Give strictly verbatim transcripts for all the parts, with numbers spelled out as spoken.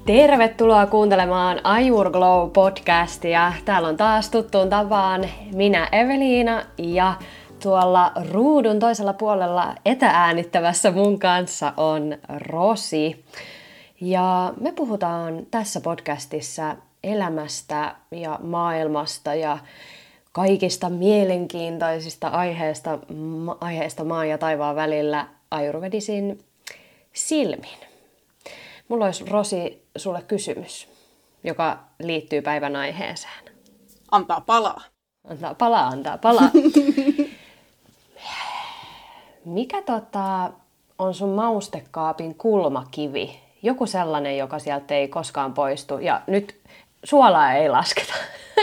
Tervetuloa kuuntelemaan Ayurglow-podcastia. Täällä on taas tuttuun tapaan minä Eveliina ja tuolla ruudun toisella puolella etäänittävässä mun kanssa on Rosi. Ja me puhutaan tässä podcastissa elämästä ja maailmasta ja kaikista mielenkiintoisista aiheista, aiheista maan ja taivaan välillä ayurvedisin silmin. Mulla olisi, Rosi, sulle kysymys, joka liittyy päivän aiheeseen. Antaa palaa. Antaa palaa, antaa palaa. Mikä tota, on sun maustekaapin kulmakivi? Joku sellainen, joka sieltä ei koskaan poistu. Ja nyt suolaa ei lasketa.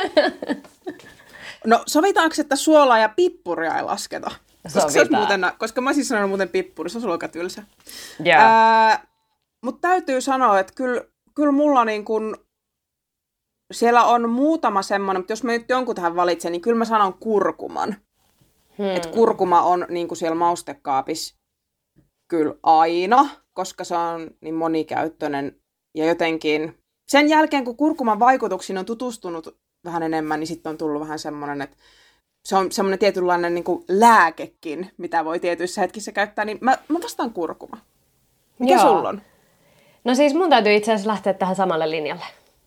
No sovitaanko, että suolaa ja pippuria ei lasketa? Koska, se muuten, koska mä siis sanonut muuten pippuri, se on sulla aika tylsä. Yeah. Ää, Mutta täytyy sanoa, että kyllä, kyllä mulla niin kun, siellä on muutama semmoinen, mutta jos mä nyt jonkun tähän valitsen, niin kyllä mä sanon kurkuman. Hmm. Että kurkuma on niin kuin siellä maustekaapissa kyllä aina, koska se on niin monikäyttöinen. Ja jotenkin sen jälkeen, kun kurkuman vaikutuksiin on tutustunut vähän enemmän, niin sitten on tullut vähän semmoinen, että se on semmoinen tietynlainen niin kuin lääkekin, mitä voi tietyissä hetkissä käyttää. Niin mä, mä vastaan kurkuma. Mikä Joo. sulla on? No siis mun täytyy itse asiassa lähteä tähän samalle linjalle.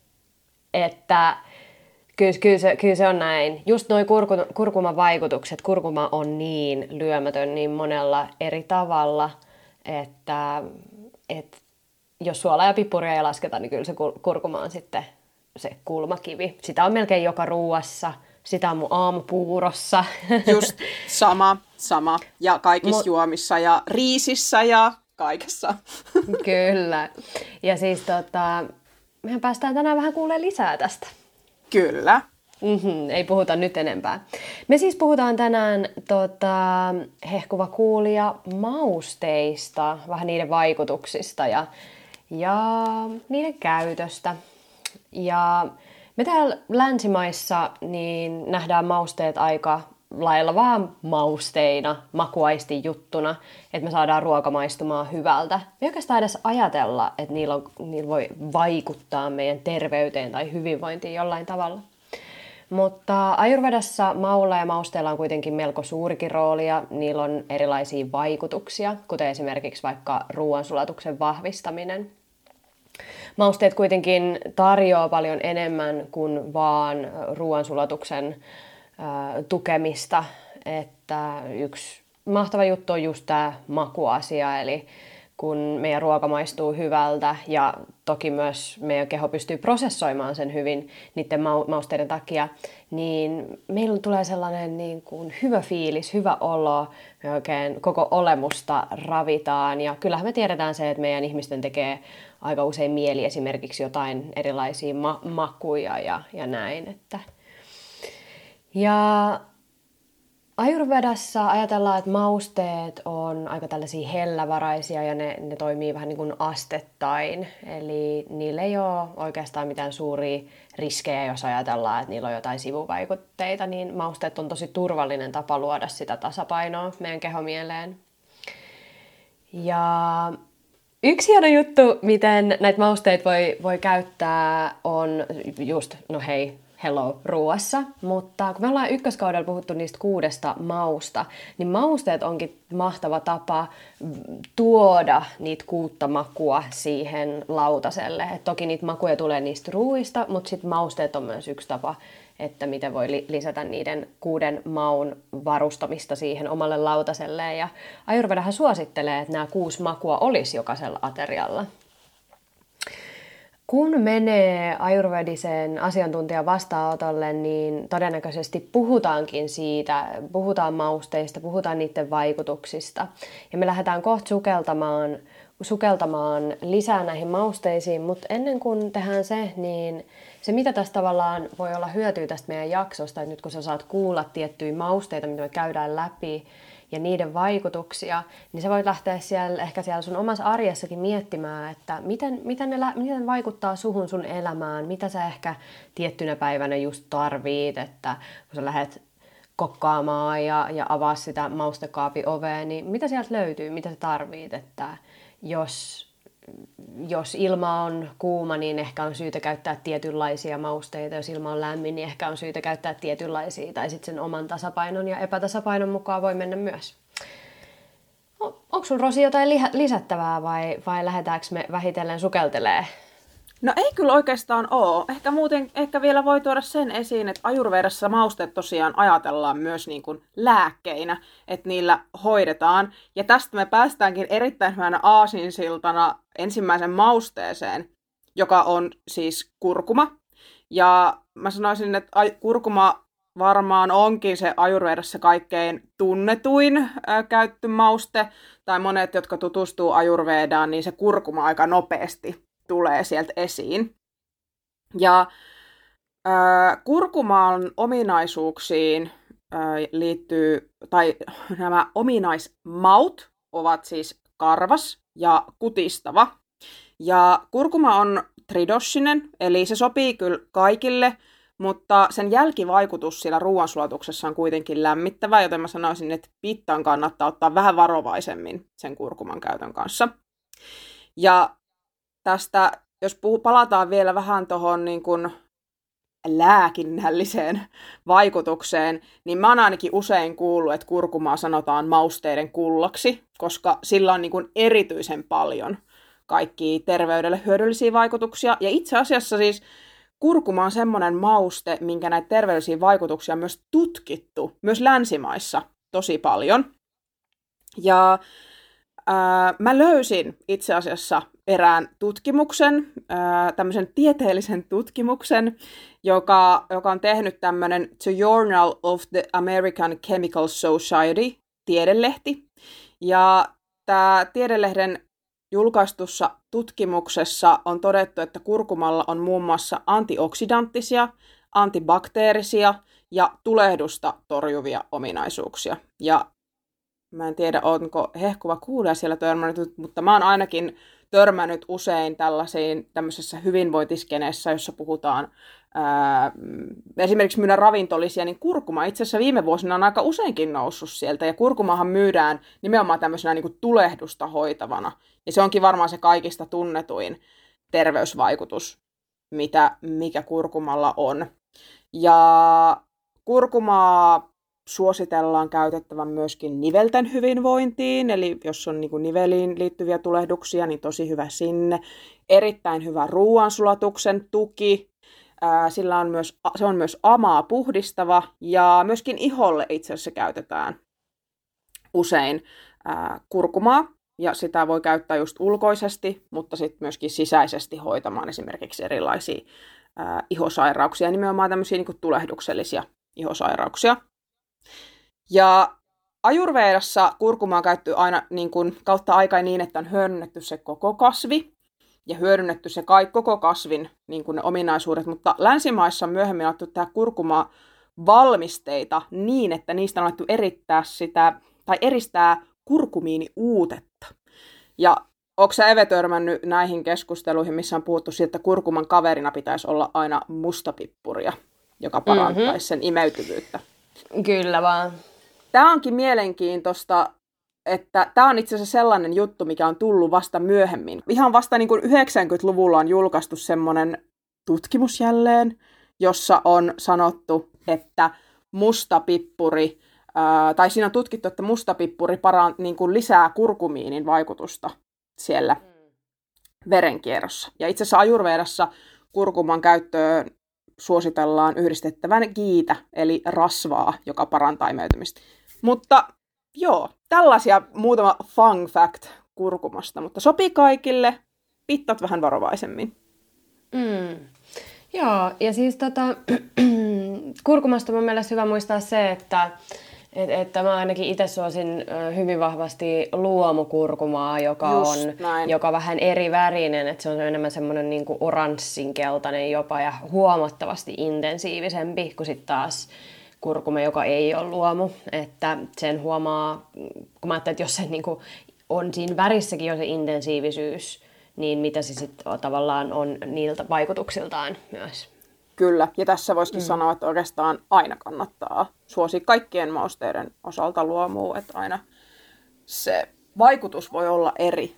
Että kyllä, kyllä, se, kyllä se on näin. Just noi kurku, kurkuman vaikutukset, kurkuma on niin lyömätön niin monella eri tavalla, että, että jos suolaa ja pippuria ei lasketa, niin kyllä se kurkuma on sitten se kulmakivi. Sitä on melkein joka ruuassa, sitä on mun aamupuurossa. Just sama, sama. Ja kaikissa Mut... juomissa ja riisissä ja kaikessa. Kyllä. Ja siis tota, mehän päästään tänään vähän kuulemaan lisää tästä. Kyllä. Mm-hmm, ei puhuta nyt enempää. Me siis puhutaan tänään tota, hehkuva kuulija mausteista, vähän niiden vaikutuksista ja, ja niiden käytöstä. Ja me täällä länsimaissa niin nähdään mausteet aika lailla vaan mausteina, makuaistin juttuna, että me saadaan ruoka maistumaan hyvältä. Me ei oikeastaan edes ajatella, että niillä, on, niillä voi vaikuttaa meidän terveyteen tai hyvinvointiin jollain tavalla. Mutta Ayurvedassa maulla ja mausteilla on kuitenkin melko suurikin rooli ja niillä on erilaisia vaikutuksia, kuten esimerkiksi vaikka ruoansulatuksen vahvistaminen. Mausteet kuitenkin tarjoaa paljon enemmän kuin vaan ruoansulatuksen tukemista, että yksi mahtava juttu on just tämä makuasia, eli kun meidän ruoka maistuu hyvältä ja toki myös meidän keho pystyy prosessoimaan sen hyvin niiden mausteiden takia, niin meillä tulee sellainen niin kuin hyvä fiilis, hyvä olo, me oikein koko olemusta ravitaan ja kyllähän me tiedetään se, että meidän ihmisten tekee aika usein mieli esimerkiksi jotain erilaisia ma- makuja ja, ja näin, että ja Ayurvedassa ajatellaan, että mausteet on aika tällaisia hellävaraisia ja ne, ne toimii vähän niin kuin astettain. Eli niillä ei ole oikeastaan mitään suuria riskejä, jos ajatellaan, että niillä on jotain sivuvaikutteita, niin mausteet on tosi turvallinen tapa luoda sitä tasapainoa meidän kehomieleen. Ja yksi hieno juttu, miten näitä mausteita voi, voi käyttää, on just, no hei, hello, ruuassa, mutta kun me ollaan ykköskaudella puhuttu niistä kuudesta mausta, niin mausteet onkin mahtava tapa tuoda niitä kuutta makua siihen lautaselle. Et toki niitä makuja tulee niistä ruuista, mutta sitten mausteet on myös yksi tapa, että miten voi lisätä niiden kuuden maun varustamista siihen omalle lautaselle. Ja Ayurvedahan suosittelee, että nämä kuusi makua olisi jokaisella aterialla. Kun menee ayurvedisen asiantuntijan vastaanotolle, niin todennäköisesti puhutaankin siitä, puhutaan mausteista, puhutaan niiden vaikutuksista. Ja me lähdetään kohta sukeltamaan, sukeltamaan lisää näihin mausteisiin, mutta ennen kuin tehdään se, niin se mitä tästä tavallaan voi olla hyötyä tästä meidän jaksosta, että nyt kun sä saat kuulla tiettyjä mausteita, mitä me käydään läpi, ja niiden vaikutuksia, niin sä voit lähteä siellä, ehkä siellä sun omassa arjessakin miettimään, että miten, miten ne miten vaikuttaa suhun sun elämään, mitä sä ehkä tiettynä päivänä just tarvit, että kun sä lähdet kokkaamaan ja, ja avaa sitä maustekaapin ovea, niin mitä sieltä löytyy, mitä sä tarvit, että jos jos ilma on kuuma, niin ehkä on syytä käyttää tietynlaisia mausteita. Jos ilma on lämmin, niin ehkä on syytä käyttää tietynlaisia. Tai sitten sen oman tasapainon ja epätasapainon mukaan voi mennä myös. Onko sun, Rosi, jotain lisättävää vai, vai lähdetäänkö me vähitellen sukeltelee? No ei kyllä oikeastaan ole. Ehkä muuten ehkä vielä voi tuoda sen esiin, että Ayurvedassa mausteet tosiaan ajatellaan myös niin kuin lääkkeinä, että niillä hoidetaan. Ja tästä me päästäänkin erittäin hyvänä aasinsiltana ensimmäisen mausteeseen, joka on siis kurkuma. Ja mä sanoisin, että kurkuma varmaan onkin se Ayurvedassa kaikkein tunnetuin ää, käytty mauste. Tai monet, jotka tutustuu Ayurvedaan, niin se kurkuma aika nopeasti tulee sieltä esiin. Ja ää, kurkuman ominaisuuksiin ää, liittyy, tai nämä ominaismaut ovat siis karvas ja kutistava. Ja kurkuma on tridoshinen, eli se sopii kyllä kaikille, mutta sen jälkivaikutus siellä ruoansulatuksessa on kuitenkin lämmittävä, joten mä sanoisin, että pittan kannattaa ottaa vähän varovaisemmin sen kurkuman käytön kanssa. Ja tästä, jos puhu, palataan vielä vähän tuohon niin kuin lääkinnälliseen vaikutukseen, niin mä oon ainakin usein kuullut, että kurkumaa sanotaan mausteiden kullaksi, koska sillä on niin kuin erityisen paljon kaikkia terveydelle hyödyllisiä vaikutuksia. Ja itse asiassa siis kurkuma on semmoinen mauste, minkä näitä terveydellisiä vaikutuksia on myös tutkittu, myös länsimaissa tosi paljon. Ja ää, mä löysin itse asiassa erään tutkimuksen, ää, tämmöisen tieteellisen tutkimuksen, joka, joka on tehnyt tämmöinen The Journal of the American Chemical Society tiedelehti. Ja tämä tiedelehden julkaistussa tutkimuksessa on todettu, että kurkumalla on muun muassa antioksidanttisia, antibakteerisia ja tulehdusta torjuvia ominaisuuksia. Ja mä en tiedä, onko hehkuva kuulija siellä törmännyt, mutta mä oon ainakin törmännyt usein tällaisiin tämmöisessä hyvinvointiskeneessä, jossa puhutaan ää, esimerkiksi myydä ravintolisia, niin kurkuma itse asiassa viime vuosina on aika useinkin noussut sieltä, ja kurkumahan myydään nimenomaan tämmöisenä niin kuin tulehdusta hoitavana, ja se onkin varmaan se kaikista tunnetuin terveysvaikutus, mitä, mikä kurkumalla on. Ja kurkumaa suositellaan käytettävän myöskin nivelten hyvinvointiin, eli jos on niin kuin niveliin liittyviä tulehduksia, niin tosi hyvä sinne. Erittäin hyvä ruoansulatuksen tuki. Sillä on myös, se on myös amaa puhdistava, ja myöskin iholle itse asiassa käytetään usein ää, kurkumaa, ja sitä voi käyttää just ulkoisesti, mutta sitten myöskin sisäisesti hoitamaan esimerkiksi erilaisia ää, ihosairauksia, nimenomaan tämmöisiä niin kuin tulehduksellisia ihosairauksia. Ja Ayurvedassa kurkumaa on käytetty aina niin kuin kautta aikaa niin, että on hyödynnetty se koko kasvi ja hyödynnetty se koko kasvin niin kuin ne ominaisuudet, mutta länsimaissa on myöhemmin alettu tehdä kurkumaa valmisteita niin, että niistä on alettu erittää sitä, tai eristää kurkumiiniuutetta. Ja onko sä, Eve, törmännyt näihin keskusteluihin, missä on puhuttu siitä, että kurkuman kaverina pitäisi olla aina mustapippuria, joka parantaisi mm-hmm. sen imeytyvyyttä? Kyllä vaan. Tämä onkin mielenkiintoista, että tämä on itse asiassa sellainen juttu, mikä on tullut vasta myöhemmin. Ihan vasta niin kuin yhdeksänkymmentäluvulla on julkaistu semmoinen tutkimus jälleen, jossa on sanottu, että mustapippuri, ää, tai siinä on tutkittu, että mustapippuri parant, niin kuin lisää kurkumiinin vaikutusta siellä verenkierrossa. Ja itse asiassa Ayurvedassa kurkuman käyttöön suositellaan yhdistettävän giitä, eli rasvaa, joka parantaa imeytymistä. Mutta joo, tällaisia muutama fun fact kurkumasta, mutta sopii kaikille, pittat vähän varovaisemmin. Mm. Joo, ja siis tota, kurkumasta mun mielestä hyvä muistaa se, että et, että mä ainakin itse suosin hyvin vahvasti luomukurkumaa, joka on joka vähän eri värinen, että se on enemmän semmoinen niinku oranssinkeltainen jopa ja huomattavasti intensiivisempi kuin sitten taas kurkuma, joka ei ole luomu. Että sen huomaa, kun mä ajattelin, että jos se niinku on siinä värissäkin jo se intensiivisyys, niin mitä se sitten tavallaan on niiltä vaikutuksiltaan myös. Kyllä, ja tässä voisikin mm. sanoa, että oikeastaan aina kannattaa suosia kaikkien mausteiden osalta luomua, että aina se vaikutus voi olla eri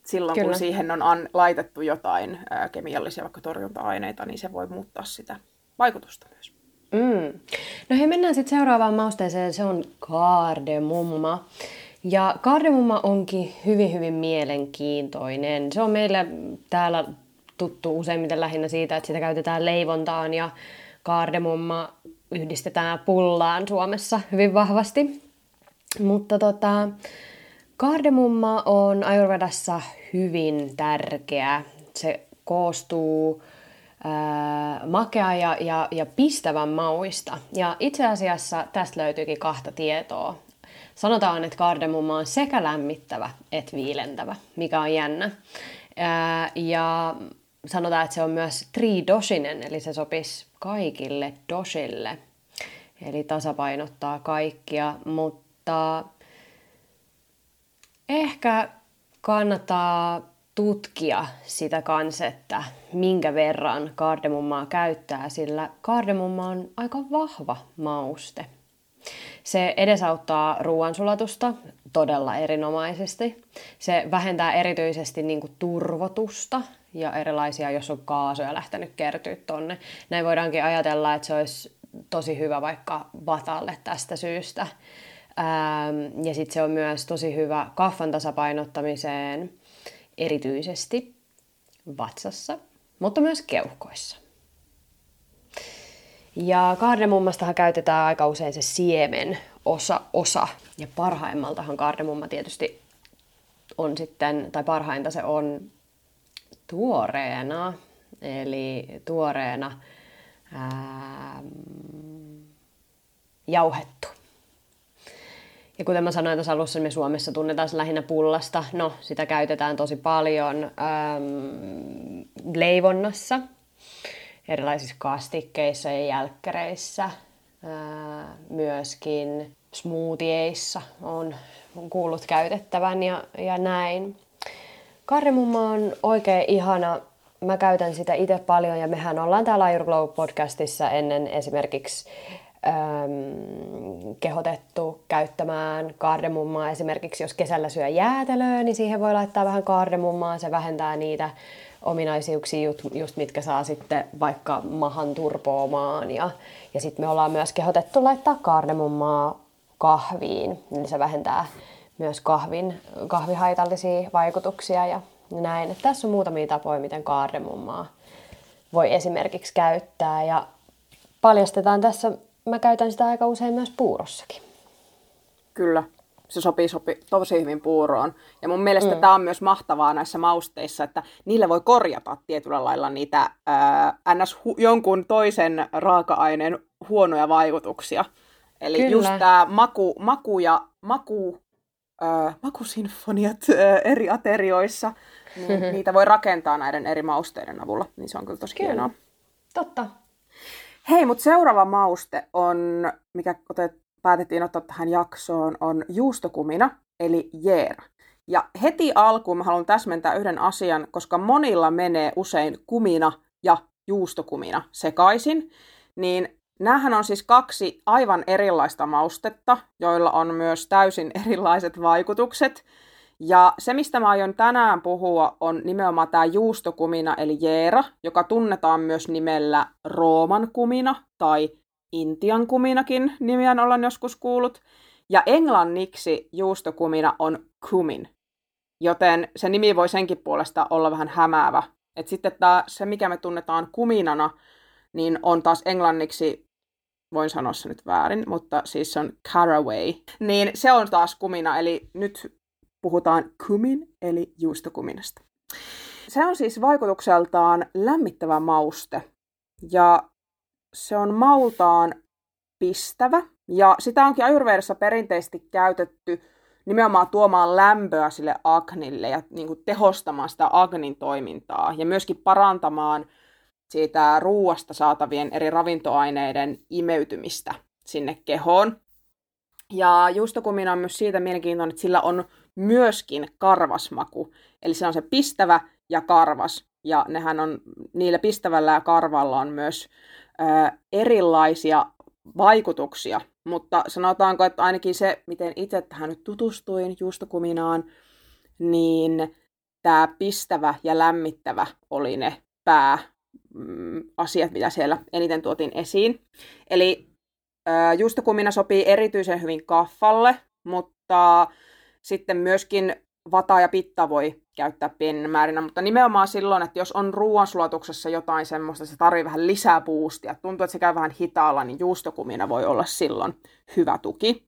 silloin Kyllä. kun siihen on an, laitettu jotain ää, kemiallisia vaikka torjunta-aineita, niin se voi muuttaa sitä vaikutusta myös. Mm. No hei, mennään sitten seuraavaan mausteeseen, se on kardemumma. Ja kardemumma onkin hyvin, hyvin mielenkiintoinen. Se on meillä täällä tuttu useimmiten lähinnä siitä, että sitä käytetään leivontaan ja kardemumma yhdistetään pullaan Suomessa hyvin vahvasti. Mutta tota, kardemumma on Ayurvedassa hyvin tärkeä. Se koostuu ää, makea ja, ja, ja pistävän mauista. Ja itse asiassa tästä löytyykin kahta tietoa. Sanotaan, että kardemumma on sekä lämmittävä että viilentävä, mikä on jännä. Ää, ja sanotaan, että se on myös tridoshinen, eli se sopisi kaikille doshille. Eli tasapainottaa kaikkia, mutta ehkä kannattaa tutkia sitä kanssa, että minkä verran kardemummaa käyttää, sillä kardemumma on aika vahva mauste. Se edesauttaa ruoansulatusta todella erinomaisesti. Se vähentää erityisesti niin kuin turvotusta ja erilaisia, jos on kaasuja lähtenyt kertyä tonne. Näin voidaankin ajatella, että se olisi tosi hyvä vaikka vatalle tästä syystä. Ähm, ja sitten se on myös tosi hyvä kaffan tasapainottamiseen, erityisesti vatsassa, mutta myös keuhkoissa. Ja kardemummastahan käytetään aika usein se siemen osa, osa. Ja parhaimmaltahan kardemumma tietysti on sitten, tai parhainta se on tuoreena, eli tuoreena ää, jauhettu. Ja kuten mä sanoin tuossa alussa, me Suomessa tunnetaan se lähinnä pullasta. No, sitä käytetään tosi paljon äm, leivonnassa, erilaisissa kastikkeissa ja jälkkäreissä, ää, myöskin smoothieissa on, on kuullut käytettävän ja, ja näin. Kardemumma on oikein ihana. Mä käytän sitä itse paljon ja mehän ollaan täällä Ayurglow-podcastissa ennen esimerkiksi äm, kehotettu käyttämään kardemummaa. Esimerkiksi jos kesällä syö jäätelöä, niin siihen voi laittaa vähän kardemummaa. Se vähentää niitä ominaisuuksia, just mitkä saa sitten vaikka mahan turpoamaan. Ja, ja sitten me ollaan myös kehotettu laittaa kardemummaa kahviin, niin se vähentää myös kahvin, kahvihaitallisia vaikutuksia ja näin. Että tässä on muutamia tapoja, miten kardemummaa voi esimerkiksi käyttää. Ja paljastetaan tässä, mä käytän sitä aika usein myös puurossakin. Kyllä, se sopii, sopii tosi hyvin puuroon. Ja mun mielestä mm. tämä on myös mahtavaa näissä mausteissa, että niillä voi korjata tietyllä lailla niitä ää, ns. Hu- jonkun toisen raaka-aineen huonoja vaikutuksia. Eli Kyllä. just tämä maku, maku ja maku, äh, makusinfoniat äh, eri aterioissa, niin mm-hmm. niitä voi rakentaa näiden eri mausteiden avulla. Niin se on kyllä tosi kyllä. hienoa. Totta. Hei, mutta seuraava mauste on, mikä otet, päätettiin ottaa tähän jaksoon, on juustokumina, eli jeera. Ja heti alkuun mä haluan täsmentää yhden asian, koska monilla menee usein kumina ja juustokumina sekaisin, niin näähän on siis kaksi aivan erilaista maustetta, joilla on myös täysin erilaiset vaikutukset. Ja se, mistä mä aion tänään puhua, on nimenomaan tämä juustokumina, eli jeera, joka tunnetaan myös nimellä Rooman kumina tai Intian kuminakin nimiään ollaan joskus kuullut. Ja englanniksi juustokumina on cumin, joten se nimi voi senkin puolesta olla vähän hämäävä. Et sitten tää, se, mikä me tunnetaan kuminana, niin on taas englanniksi, voin sanoa se nyt väärin, mutta siis se on caraway, niin se on taas kumina, eli nyt puhutaan cumin, eli juustokuminasta. Se on siis vaikutukseltaan lämmittävä mauste, ja se on maultaan pistävä, ja sitä onkin Ayurvedassa perinteisesti käytetty nimenomaan tuomaan lämpöä sille agnille ja niin kuin tehostamaan sitä agnin toimintaa, ja myöskin parantamaan siitä ruuasta saatavien eri ravintoaineiden imeytymistä sinne kehoon. Ja juustokumina on myös siitä mielenkiintoinen, että sillä on myöskin karvasmaku. Eli se on se pistävä ja karvas. Ja nehän on, niillä pistävällä ja karvalla on myös ää, erilaisia vaikutuksia. Mutta sanotaanko, että ainakin se, miten itse tähän nyt tutustuin juustokuminaan, niin tämä pistävä ja lämmittävä oli ne pääasiat, mitä siellä eniten tuotiin esiin. Eli ää, juustokumina sopii erityisen hyvin kaffalle, mutta sitten myöskin vataa ja pittaa voi käyttää pieninä määrinä, mutta nimenomaan silloin, että jos on ruoansulatuksessa jotain semmoista, se tarvitsee vähän lisää boostia, tuntuu, että se käy vähän hitaalla, niin juustokumina voi olla silloin hyvä tuki.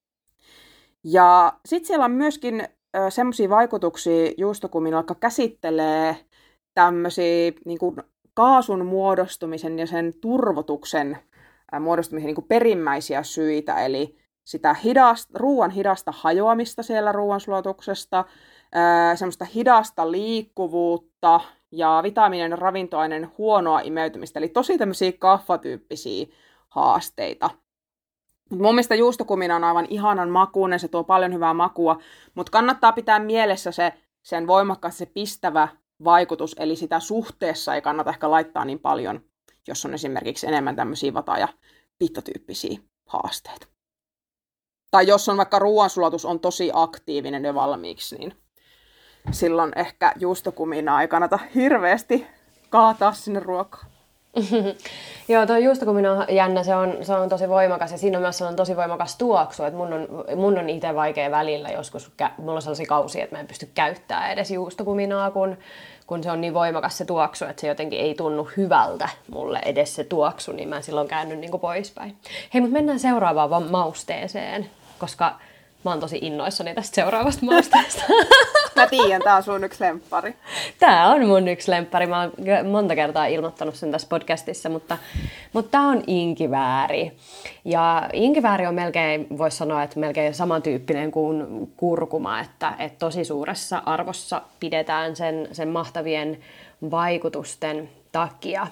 Ja sitten siellä on myöskin semmoisia vaikutuksia juustokumilla, jotka käsittelee tämmöisiä niin kuin kaasun muodostumisen ja sen turvotuksen muodostumisen niin kuin perimmäisiä syitä, eli sitä hidasta, ruoan hidasta hajoamista siellä ruoansulatuksesta, semmoista hidasta liikkuvuutta ja vitamiinien ja ravintoaineen huonoa imeytymistä, eli tosi tämmöisiä kaffatyyppisiä haasteita. Mun mielestä juustokumina on aivan ihanan makuinen, se tuo paljon hyvää makua, mutta kannattaa pitää mielessä se, sen voimakkaasti se pistävä vaikutus, eli sitä suhteessa ei kannata ehkä laittaa niin paljon, jos on esimerkiksi enemmän tämmöisiä vata- ja pittotyyppisiä haasteita. Tai jos on vaikka ruoansulatus on tosi aktiivinen jo valmiiksi, niin silloin ehkä juustokuminaa ei kannata hirveästi kaataa sinne ruokaan. Joo, tuo juustokumina on jännä, se on, se on tosi voimakas ja siinä on myös on tosi voimakas tuoksu, että mun on, mun on itse vaikea välillä joskus, mulla on sellaisia kausia, että mä en pysty käyttämään edes juustokuminaa, kun, kun se on niin voimakas se tuoksu, että se jotenkin ei tunnu hyvältä mulle edes se tuoksu, niin mä silloin käänny niin kuin poispäin. Hei, mutta mennään seuraavaan mausteeseen, koska mä oon tosi innoissani tästä seuraavasta mausteesta. Mä tiedän, tää on sun yksi lemppari. Tää on mun yksi lemppari. Mä oon monta kertaa ilmoittanut sen tässä podcastissa, mutta, mutta tää on inkivääri. Ja inkivääri on melkein, voisi sanoa, että melkein samantyyppinen kuin kurkuma, että, että tosi suuressa arvossa pidetään sen, sen mahtavien vaikutusten takia.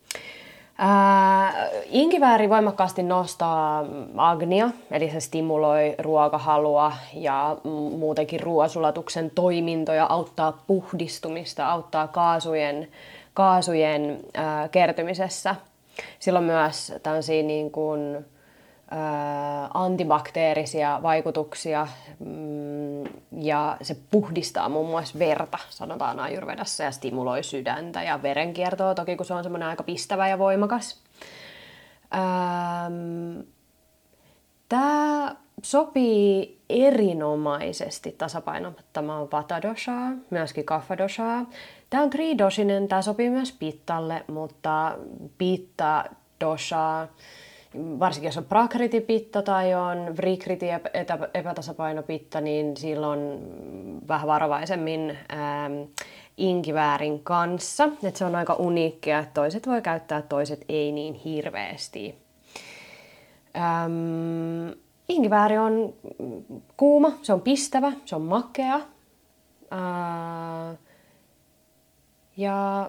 Ää, inkivääri voimakkaasti nostaa agnia, eli se stimuloi ruokahalua ja muutenkin ruoansulatuksen toimintoja, auttaa puhdistumista, auttaa kaasujen, kaasujen ää, kertymisessä. Sillä on myös tällaisia niin kuin, ää, antibakteerisia vaikutuksia mm, ja se puhdistaa muun muassa verta, sanotaan Ayurvedassa, ja stimuloi sydäntä ja verenkiertoa, toki kun se on semmoinen aika pistävä ja voimakas. Ähm, Tämä sopii erinomaisesti tasapainottamaan vata doshaa, myöskin kapha doshaa. Tämä on tridoshinen, tämä sopii myös pittalle, mutta pitta doshaa, varsinkin jos on prakriti-pitta tai on vrikriti epätasapainopitta, niin silloin vähän varovaisemmin ää, inkiväärin kanssa. Et se on aika uniikkia, että toiset voi käyttää, toiset ei niin hirveästi. Ähm, inkivääri on kuuma, se on pistävä, se on makea. Ää, ja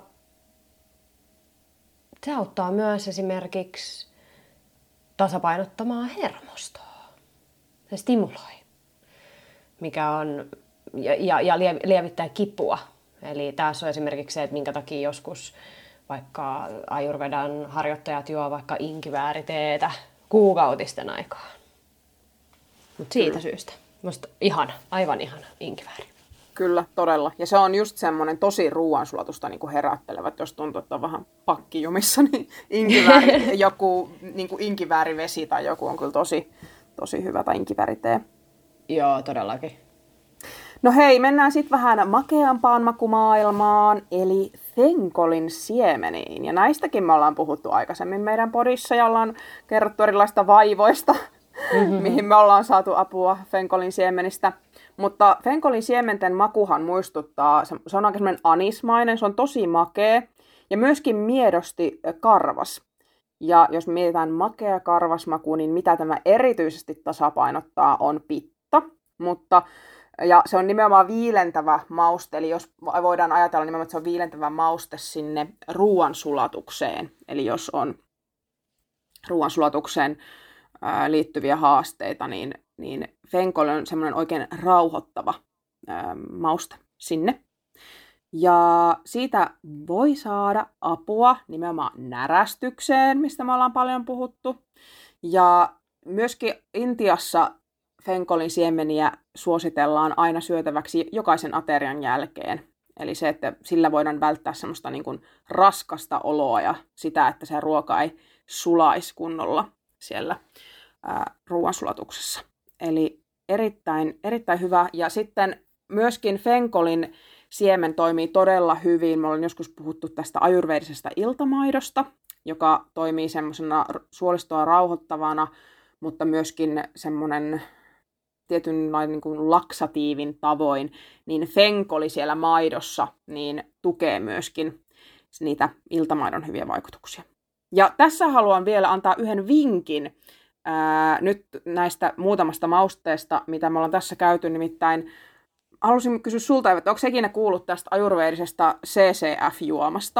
se auttaa myös esimerkiksi tasapainottamaan hermostoa. Se stimuloi, mikä on, ja, ja, ja lievittää kipua. Eli tässä on esimerkiksi se, että minkä takia joskus vaikka Ayurvedan harjoittajat juo vaikka inkivääriteetä kuukautisten aikaa. Mutta siitä Kyllä. syystä. Musta ihana, aivan ihana inkivääri. Kyllä, todella. Ja se on just semmoinen tosi ruoansulatusta niin kuin herättelevä, jos tuntuu, että on vähän pakkijumissa, niin inkivääri, joku niin kuin inkiväärivesi tai joku on kyllä tosi, tosi hyvä tai inkiväritee. Joo, todellakin. No hei, mennään sitten vähän makeampaan makumaailmaan, eli fenkolin siemeniin. Ja näistäkin me ollaan puhuttu aikaisemmin meidän podissa ja ollaan kerrottu erilaista vaivoista, mm-hmm. mihin me ollaan saatu apua fenkolin siemenistä. Mutta fenkolin siementen makuhan muistuttaa, se on aika semmoinen anismainen, se on tosi makea ja myöskin miedosti karvas. Ja jos mietitään makea karvasmaku, niin mitä tämä erityisesti tasapainottaa on pitta, mutta ja se on nimenomaan viilentävä mauste, eli jos voidaan ajatella nimenomaan, että se on viilentävä mauste sinne ruoansulatukseen. Eli jos on ruoansulatukseen ää, liittyviä haasteita, niin, niin fenkol on semmoinen oikein rauhoittava ää, mauste sinne. Ja siitä voi saada apua nimenomaan närästykseen, mistä me ollaan paljon puhuttu. Ja myöskin Intiassa fenkolin siemeniä suositellaan aina syötäväksi jokaisen aterian jälkeen. Eli se, että sillä voidaan välttää semmoista niin kuin raskasta oloa ja sitä, että se ruoka ei sulaisi kunnolla siellä ää, ruoansulatuksessa. Eli erittäin, erittäin hyvä. Ja sitten myöskin fenkolin siemen toimii todella hyvin. Me ollaan joskus puhuttu tästä ajurvedisesta iltamaidosta, joka toimii semmoisena suolistoa rauhoittavana, mutta myöskin semmoinen tietynlainen niin kuin laksatiivin tavoin, niin fenkoli siellä maidossa niin tukee myöskin niitä iltamaidon hyviä vaikutuksia. Ja tässä haluan vielä antaa yhden vinkin ää, nyt näistä muutamasta mausteesta, mitä me ollaan tässä käyty, nimittäin halusin kysyä sulta, että onko ikinä kuullut tästä ajurvedisesta C C F-juomasta?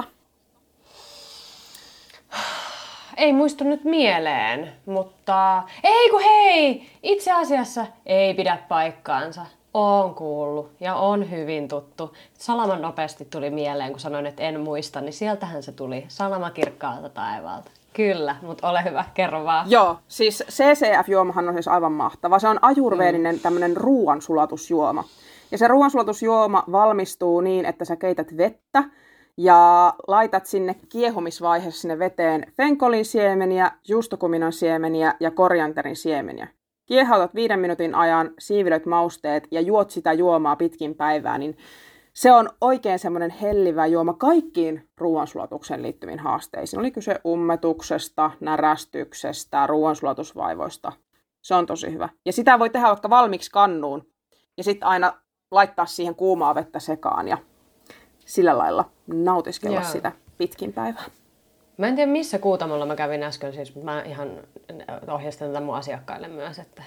Ei muistu nyt mieleen, mutta ei kun hei! Itse asiassa ei pidä paikkaansa. Oon kuullut ja on hyvin tuttu. Salaman nopeasti tuli mieleen, kun sanoin, että en muista, niin sieltähän se tuli. Salama kirkkaalta taivaalta. Kyllä, mutta ole hyvä, kerro vaan. Joo, siis C C F-juomahan on siis aivan mahtava. Se on ajurvedinen mm. tämmöinen ruoansulatusjuoma. Ja se ruoansulatusjuoma valmistuu niin, että sä keität vettä ja laitat sinne kiehumisvaiheessa sinne veteen fenkolin siemeniä, juustokuminon siemeniä ja korianterin siemeniä. Kiehautat viiden minuutin ajan, siivilöit mausteet ja juot sitä juomaa pitkin päivää, niin se on oikein semmoinen hellivä juoma kaikkiin ruoansulatukseen liittyviin haasteisiin. Oli kyse ummetuksesta, närästyksestä, ruoansulatusvaivoista. Se on tosi hyvä. Ja sitä voi tehdä vaikka valmiiksi kannuun ja sitten aina laittaa siihen kuumaa vettä sekaan ja sillä lailla nautiskella Joo. sitä pitkin päivää. Mä en tiedä missä Kuutamolla mä kävin äsken, siis mä ihan ohjastan tätä mun asiakkaille myös, että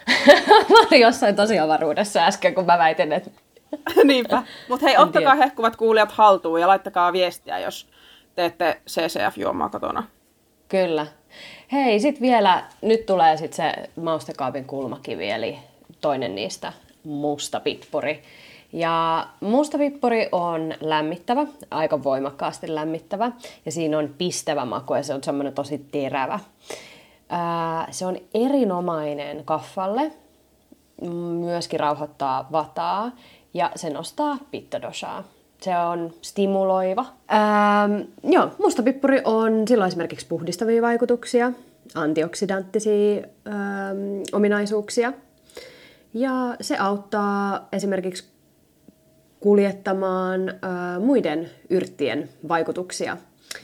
mä olin jossain tosi avaruudessa äsken, kun mä väitin, että... Niinpä, mutta hei, ottakaa hehkuvat kuulijat haltuun ja laittakaa viestiä, jos teette C C F-juomaa kotona. Kyllä. Hei, sit vielä, nyt tulee sit se maustekaapin kulmakivi, eli toinen niistä, musta pippuri. Ja musta pippuri on lämmittävä, aika voimakkaasti lämmittävä, ja siinä on pistävä maku, ja se on semmoinen tosi terävä. Ää, se on erinomainen kaffalle, myöskin rauhoittaa vataa, ja se nostaa pitta-doshaa. Se on stimuloiva. Ää, joo, musta pippuri on sillä esimerkiksi puhdistavia vaikutuksia, antioksidanttisia ää, ominaisuuksia, ja se auttaa esimerkiksi kuljettamaan ää, muiden yrttien vaikutuksia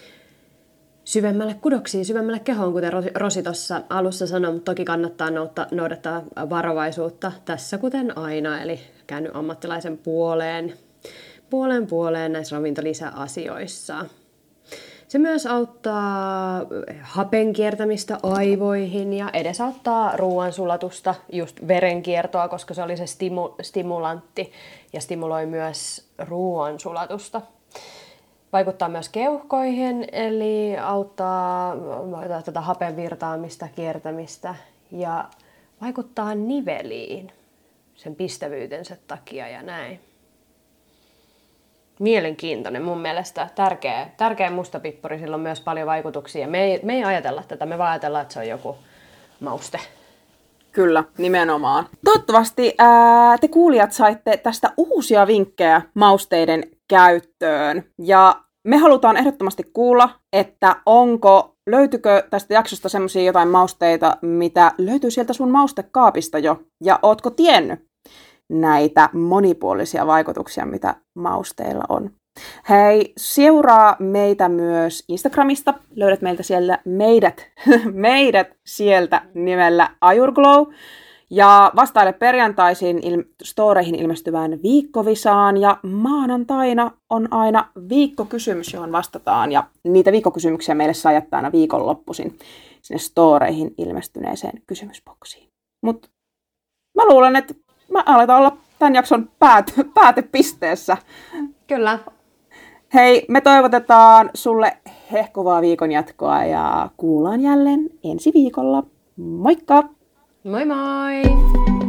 syvemmälle kudoksiin, syvemmälle kehoon, kuten Rosi tuossa alussa sanoi, mutta toki kannattaa noudattaa varovaisuutta tässä kuten aina, eli käänny ammattilaisen puoleen, puoleen puoleen näissä ravintolisäasioissa. Se myös auttaa hapen kiertämistä aivoihin ja edesauttaa ruoansulatusta, just verenkiertoa, koska se oli se stimu- stimulantti ja stimuloi myös ruoansulatusta. Vaikuttaa myös keuhkoihin, eli auttaa tätä hapen virtaamista, kiertämistä ja vaikuttaa niveliin sen pistävyytensä takia ja näin. Mielenkiintoinen mun mielestä. Tärkeä, tärkeä musta pippuri, sillä on myös paljon vaikutuksia. Me ei, me ei ajatella tätä, me vaan ajatellaan, että se on joku mauste. Kyllä, nimenomaan. Toivottavasti ää, te kuulijat saitte tästä uusia vinkkejä mausteiden käyttöön. Ja me halutaan ehdottomasti kuulla, että onko, löytyykö tästä jaksosta semmoisia jotain mausteita, mitä löytyy sieltä sun maustekaapista jo. Ja ootko tiennyt näitä monipuolisia vaikutuksia, mitä mausteilla on. Hei, seuraa meitä myös Instagramista. Löydät meiltä siellä meidät, meidät sieltä nimellä Ajurglow. Ja vastaile perjantaisin il- storeihin ilmestyvään viikkovisaan. Ja maanantaina on aina viikkokysymys, johon vastataan. Ja niitä viikkokysymyksiä meille saa jättää aina viikonloppuisin sinne storeihin ilmestyneeseen kysymysboksiin. Mutta mä luulen, että mä aletaan olla tämän jakson päät- päätepisteessä. Kyllä. Hei, me toivotetaan sulle hehkuvaa viikon jatkoa ja kuullaan jälleen ensi viikolla. Moikka! Moi moi!